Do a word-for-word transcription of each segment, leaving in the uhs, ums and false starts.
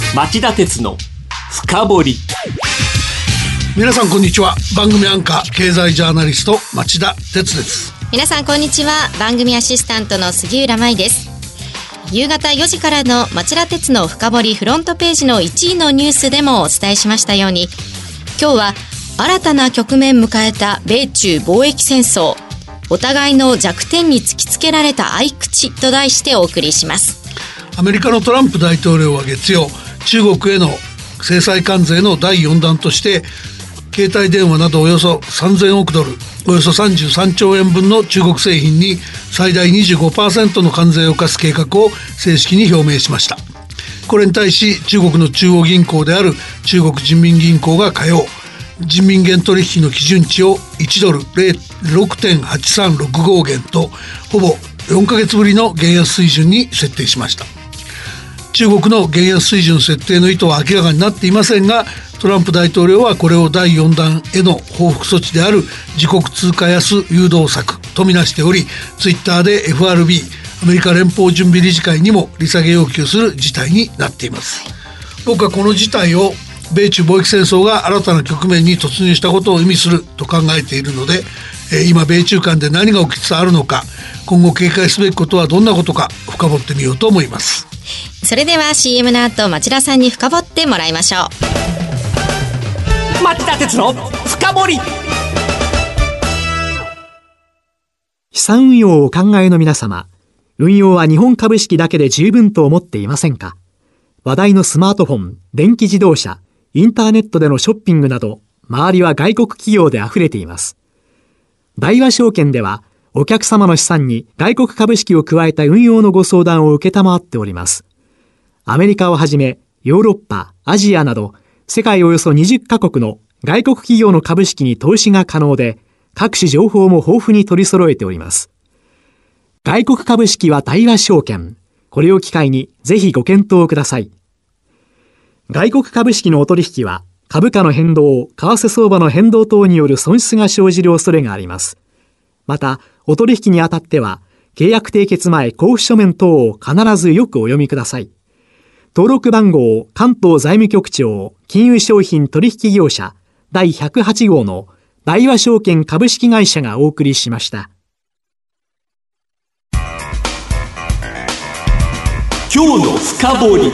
町田鉄の深掘り。 皆さんこんにちは。番組アンカー経済ジャーナリスト町田鉄です。 皆さんこんにちは。番組アシスタントの杉浦舞です。夕方よじからの町田鉄の深掘りフロントページのいちいのニュースでもお伝えしましたように、今日は新たな局面迎えた米中貿易戦争、お互いの弱点に突きつけられた合い口と題してお送りします。 アメリカのトランプ大統領は月曜、中国への制裁関税のだいよん弾として携帯電話などおよそさんぜんおくドル、およそさんじゅうさんちょうえんぶんの中国製品に最大 にじゅうごパーセント の関税を課す計画を正式に表明しました。これに対し中国の中央銀行である中国人民銀行が火曜、人民元取引の基準値をいちドル ろくてんはちさんろくご 元とほぼよんかげつぶりの元安水準に設定しました。中国の元安水準設定の意図は明らかになっていませんが、トランプ大統領はこれをだいよん弾への報復措置である自国通貨安誘導策とみなしており、ツイッターで エフアールビー アメリカ連邦準備理事会にも利下げ要求する事態になっています。僕はこの事態を米中貿易戦争が新たな局面に突入したことを意味すると考えているので、今米中間で何が起きつつあるのか、今後警戒すべきことはどんなことか深掘ってみようと思います。 それでは シーエム の後、町田さんに深掘ってもらいましょう。町田鉄の深掘り。 資産運用をお考えの皆様、運用は日本株式だけで十分と思っていませんか？話題のスマートフォン、電気自動車、インターネットでのショッピングなど、周りは外国企業で溢れています。大和証券では、お客様の資産に外国株式を加えた運用のご相談を受けたまわっております。アメリカをはじめ、ヨーロッパ、アジアなど、世界およそにじゅっかこくの外国企業の株式に投資が可能で、各種情報も豊富に取り揃えております。外国株式は大和証券。これを機会にぜひご検討ください。外国株式のお取引は、株価の変動、為替相場の変動等による損失が生じる恐れがあります。また、お取引にあたっては、契約締結前交付書面等を必ずよくお読みください。登録番号、関東財務局長、金融商品取引業者、だいひゃくはち号の大和証券株式会社がお送りしました。 今日の深掘り。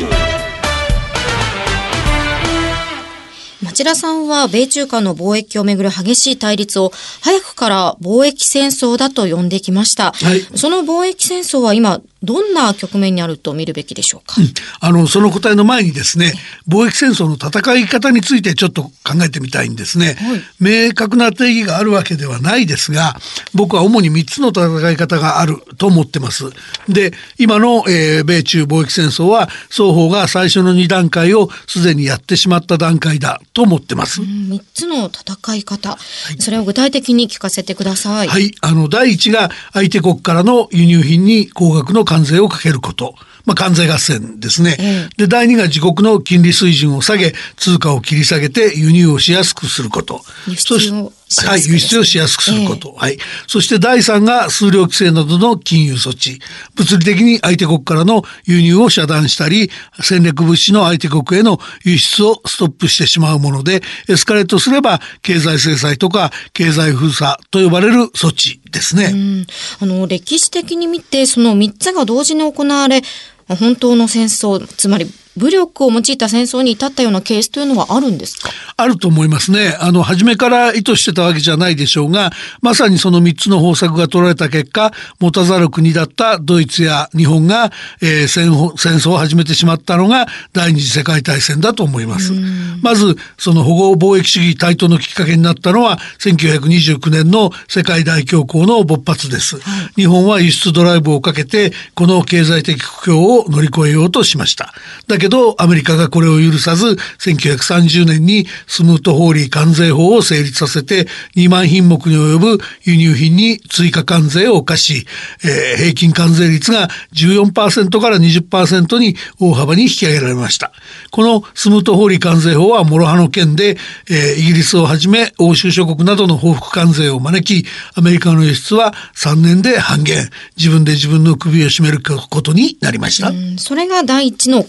町田さんは米中間の貿易をめぐる激しい対立を早くから貿易戦争だと呼んできました、はい、その貿易戦争は今どんな局面にあると見るべきでしょうか？うん、 あのその答えの前にですね、貿易戦争の戦い方についてちょっと考えてみたいんですね、はい、明確な定義があるわけではないですが、僕は主にみっつの戦い方があると思ってます。で、今の、えー、米中貿易戦争は双方が最初のに段階をすでにやってしまった段階だと思ってます。 うん、みっつの戦い方、はい、それを具体的に聞かせてください。 はい、あの第一が相手国からの輸入品に高額の関税をかけること、まあ、関税合戦ですね、えー、でだいにが自国の金利水準を下げ通貨を切り下げて輸入をしやすくすること、 輸出をしやすく、ね、 はい、輸出をしやすくすること、えーはい、そしてだいさんが数量規制などの金融措置、物理的に相手国からの輸入を遮断したり戦略物資の相手国への輸出をストップしてしまうもので、エスカレートすれば経済制裁とか経済封鎖と呼ばれる措置ですね。 うん、あの歴史的に見てそのみっつが同時に行われ、本当の戦争、つまり武力を用いた戦争に至ったようなケースというのはあるんですか？ あると思いますね。あの初めから意図してたわけじゃないでしょうが、まさにそのみっつの方策が取られた結果、持たざる国だったドイツや日本が、えー、戦, 戦争を始めてしまったのが第二次世界大戦だと思います。まずその保護貿易主義台頭のきっかけになったのはせんきゅうひゃくにじゅうきゅうねんの世界大恐慌の勃発です、はい、日本は輸出ドライブをかけてこの経済的苦境を乗り越えようとしました。だけどアメリカがこれを許さずせんきゅうひゃくさんじゅうねんにスムートホーリー関税法を成立させてにまんひんもくに及ぶ輸入品に追加関税を課し、えー、平均関税率が じゅうよんパーセント から にじゅっパーセント に大幅に引き上げられました。このスムートホーリー関税法は諸刃の剣で、えー、イギリスをはじめ欧州諸国などの報復関税を招き、アメリカの輸出はさんねんで半減、自分で自分の首を絞めることになりました。 うん、それが第一の交換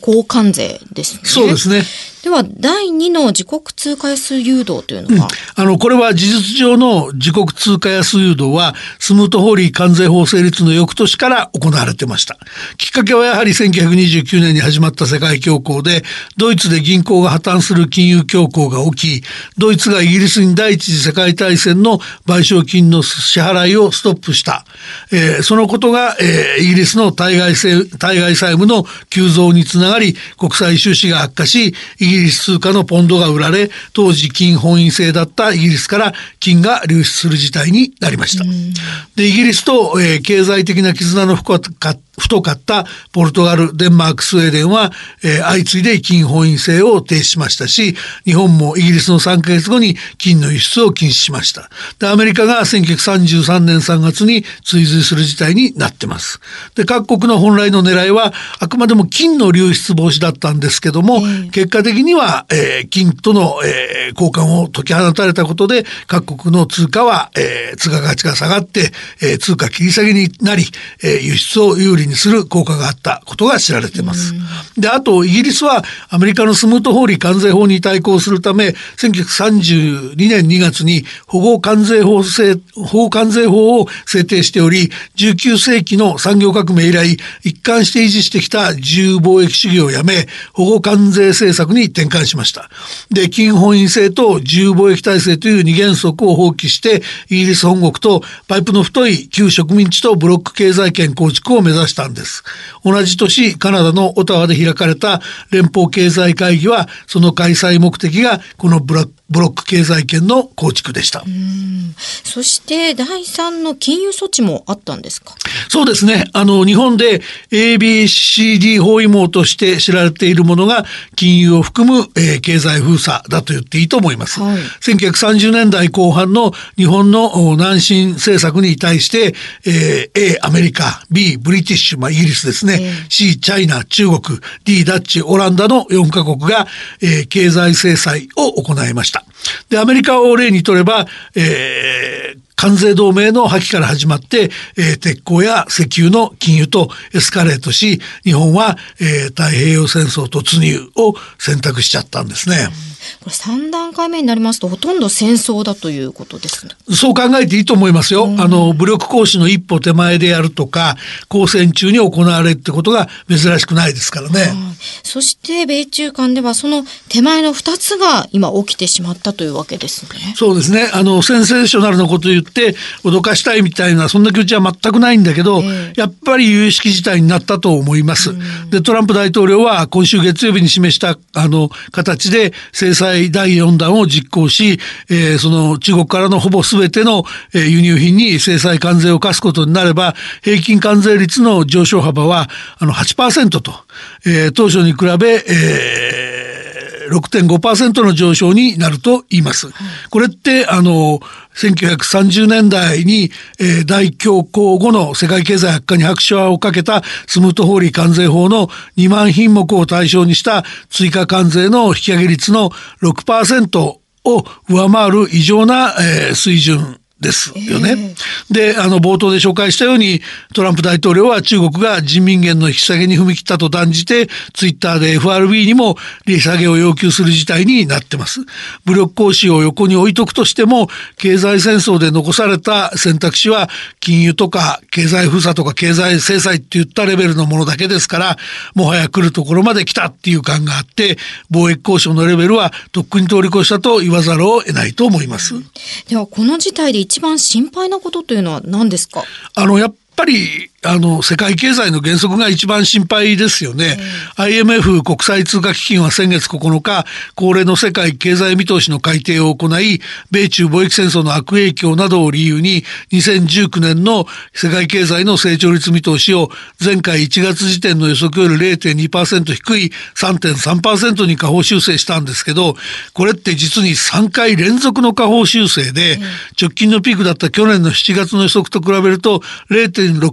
関税ですね。 そうですね。 ではだいにの自国通貨安誘導というのは、 うん、あのこれは事実上の自国通貨安誘導はスムートホーリー関税法成立の翌年から行われてました。きっかけはやはりせんきゅうひゃくにじゅうきゅうねんに始まった世界恐慌で、ドイツで銀行が破綻する金融恐慌が起き、ドイツがイギリスに第一次世界大戦の賠償金の支払いをストップした、えー、そのことが、えー、イギリスの対外対外債務の急増につながり、国際収支が悪化し、イギリス通貨のポンドが売られ、当時金本位制だったイギリスから金が流出する事態になりました。でイギリスと、えー、経済的な絆の深か太かったポルトガル、デンマーク、スウェーデンは、えー、相次いで金本位制を停止しましたし、日本もイギリスのさんかげつごに金の輸出を禁止しました。でアメリカがせんきゅうひゃくさんじゅうさんねんさんがつに追随する事態になってます。で各国の本来の狙いはあくまでも金の流出防止だったんですけども、うん、結果的には、えー、金との、えー、交換を解き放たれたことで各国の通貨は、えー、通貨価値が下がって、えー、通貨切り下げになり、えー、輸出を有利にする効果があったことが知られています。であとイギリスはアメリカのスムートホーリー関税法に対抗するためせんきゅうひゃくさんじゅうにねんにがつに保護関税法制保護関税法を制定しており、じゅうきゅうせいきの産業革命以来一貫して維持してきた自由貿易主義をやめ保護関税政策に転換しました。で金本位制と自由貿易体制という二原則を放棄してイギリス本国とパイプの太い旧植民地とブロック経済圏構築を目指したんです。同じ年カナダのオタワで開かれた連邦経済会議はその開催目的がこのブロックブロック経済圏の構築でした。 うん、そしてだいさんの金融措置もあったんですか？ そうですね。あの日本で エービーシーディー 包囲網として知られているものが金融を含む、えー、経済封鎖だと言っていいと思います。はい、せんきゅうひゃくさんじゅうねんだいこう半の日本の南進政策に対して、えー、A アメリカ、B ブリティッシュ、まあ、イギリスですね、えー、C チャイナ、中国、D ダッチ、オランダのよんかこくが、えー、経済制裁を行いました。でアメリカを例にとれば、えー、関税同盟の破棄から始まって、えー、鉄鋼や石油の禁輸とエスカレートし、日本は、えー、太平洋戦争突入を選択しちゃったんですね。うん、 これさんだんかいめになりますとほとんど戦争だということですね。 そう考えていいと思いますよ。うん、あの武力行使の一歩手前でやるとか交戦中に行われるってことが珍しくないですからね。はい、 そして米中間ではその手前のふたつが今起きてしまったというわけですね。 そうですね。あのセンセーショナルなことを言って脅かしたいみたいなそんな気持ちは全くないんだけど、えー、やっぱり由々しき事態になったと思います。うん、でトランプ大統領は今週月曜日に示したあの形で制裁だいよんだんを実行し、えー、その中国からのほぼ全ての、えー、輸入品に制裁関税を課すことになれば平均関税率の上昇幅はあの はちパーセント と、えー、当初に比べ、えーろくてんごパーセント の上昇になると言います。これってあのせんきゅうひゃくさんじゅうねんだいに、えー、大恐慌後の世界経済悪化に拍車をかけたスムートホーリー関税法のにまんひんもくを対象にした追加関税の引き上げ率の ろくパーセント を上回る異常な、えー、水準ですよね。えー、であの冒頭で紹介したようにトランプ大統領は中国が人民元の引き下げに踏み切ったと断じてツイッターで エフアールビー にも利下げを要求する事態になってます。武力行使を横に置いとくとしても経済戦争で残された選択肢は金融とか経済封鎖とか経済制裁っていったレベルのものだけですから、もはや来るところまで来たっていう感があって貿易交渉のレベルはとっくに通り越したと言わざるを得ないと思います。 ではこの事態で一番心配なことというのは何ですか？ あのやっぱりあの世界経済の減速が一番心配ですよね。うん、アイエムエフ 国際通貨基金は先月ここのか恒例の世界経済見通しの改定を行い、米中貿易戦争の悪影響などを理由ににせんじゅうきゅうねんの世界経済の成長率見通しを前回いちがつ時点の予測より れいてんにパーセント 低い さんてんさんパーセント に下方修正したんですけど、これって実にさんかい連続の下方修正で、うん、直近のピークだった去年のしちがつの予測と比べると れいてんろくパーセント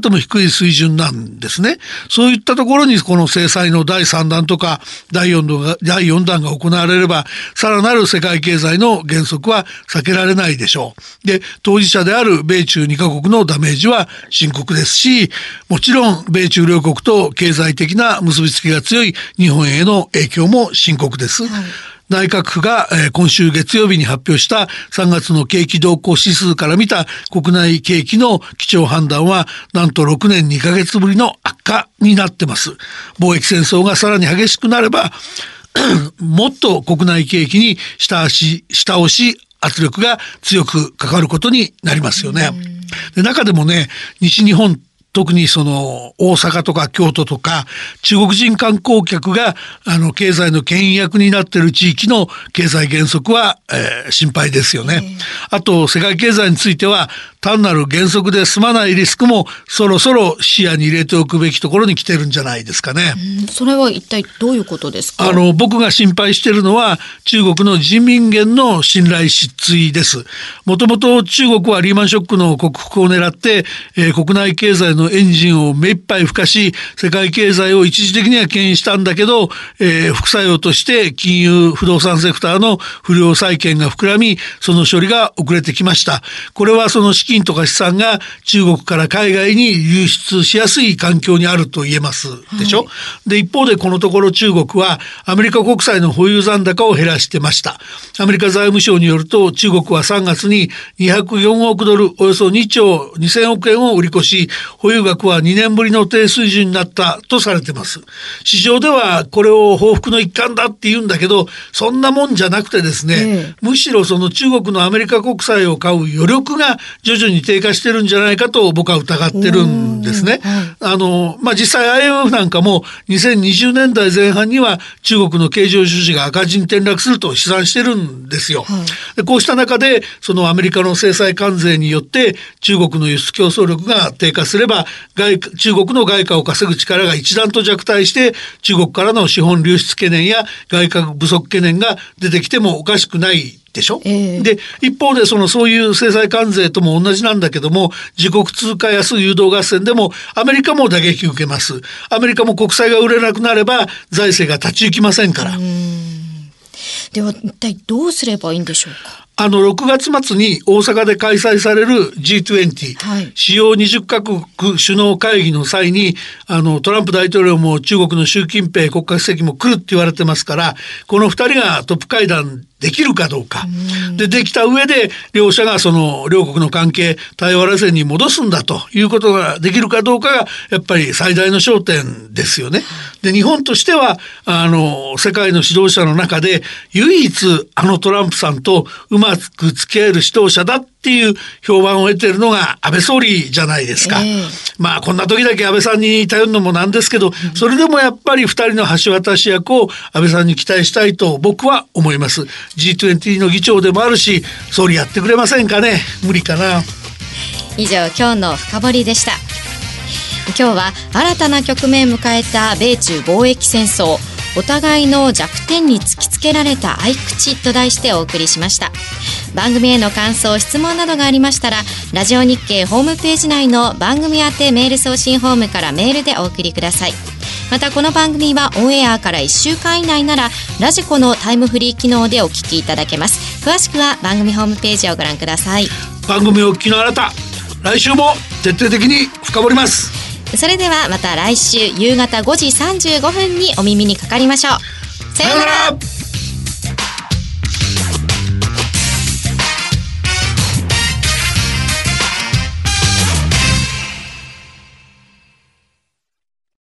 とも低い水準なんですね。そういったところにこの制裁のだいさんだんとかだいよんだんが、だいよんだんが行われれば、さらなる世界経済の減速は避けられないでしょう。で、当事者である米中にカ国のダメージは深刻ですし、もちろん米中両国と経済的な結びつきが強い日本への影響も深刻です。はい、内閣府が、えー、今週月曜日に発表したさんがつの景気動向指数から見た国内景気の基調判断はなんとろくねんにかげつぶりの悪化になってます。貿易戦争がさらに激しくなればもっと国内景気に下足、下押し圧力が強くかかることになりますよね。で、中でもね、西日本特にその大阪とか京都とか中国人観光客があの経済の牽引役になっている地域の経済減速は、えー、心配ですよね。あと世界経済については単なる減速で済まないリスクもそろそろ視野に入れておくべきところに来てるんじゃないですかね。 うん、それは一体どういうことですか？ あの僕が心配しているのは中国の人民元の信頼失墜です。もともと中国はリーマンショックの克服を狙って、えー、国内経済のエンジンを目いっぱい吹かし世界経済を一時的には牽引したんだけど、えー、副作用として金融不動産セクターの不良債権が膨らみその処理が遅れてきました。これはその資金とか資産が中国から海外に流出しやすい環境にあると言えますでしょ、はい、で一方でこのところ中国はアメリカ国債の保有残高を減らしてました。アメリカ財務省によると中国はさんがつににひゃくよんおくドルおよそにちょうにせんおくえんを売り越し保有額はにねんぶりの低水準になったとされてます。市場ではこれを報復の一環だって言うんだけどそんなもんじゃなくてですね、ええ、むしろその中国のアメリカ国債を買う余力が徐々に低下してるんじゃないかと僕は疑ってるんですね。あの、まあ、実際 アイエムエフ なんかもにせんにじゅうねんだいぜん半には中国の経常収支が赤字に転落すると試算してるんですよ。はい、でこうした中でそのアメリカの制裁関税によって中国の輸出競争力が低下すれば外中国の外貨を稼ぐ力が一段と弱体して中国からの資本流出懸念や外貨不足懸念が出てきてもおかしくないでしょ、えー、で一方でそのそういう制裁関税とも同じなんだけども自国通貨安誘導合戦でもアメリカも打撃を受けます。アメリカも国債が売れなくなれば財政が立ち行きませんから。うーんでは一体どうすればいいんでしょうか？ あのろくがつ末に大阪で開催される ジーにじゅう、はい、主要にじゅっかこく首脳会議の際にあのトランプ大統領も中国の習近平国家主席も来るって言われてますからこのふたりがトップ会談できるかどうかでできた上で両者がその両国の関係対話路線に戻すんだということができるかどうかがやっぱり最大の焦点ですよね。で日本としてはあの世界の指導者の中で唯一あのトランプさんとうまく付き合える指導者だっていう評判を得ているのが安倍総理じゃないですか、えー、まあこんな時だけ安倍さんに頼るのもなんですけどそれでもやっぱりふたりの橋渡し役を安倍さんに期待したいと僕は思います。 ジーにじゅう の議長でもあるし総理やってくれませんかね。無理かな。 以上今日の深掘りでした。今日は新たな局面を迎えた米中貿易戦争お互いの弱点に突きつけられた合口と題してお送りしました。番組への感想質問などがありましたらラジオ日経ホームページ内の番組宛てメール送信フォームからメールでお送りください。またこの番組はオンエアからいっしゅうかん以内ならラジコのタイムフリー機能でお聞きいただけます。詳しくは番組ホームページをご覧ください。 番組をお聞きのあなた来週も徹底的に深掘ります。 それではまた来週夕方ごじさんじゅうごふんにお耳にかかりましょう。さようなら。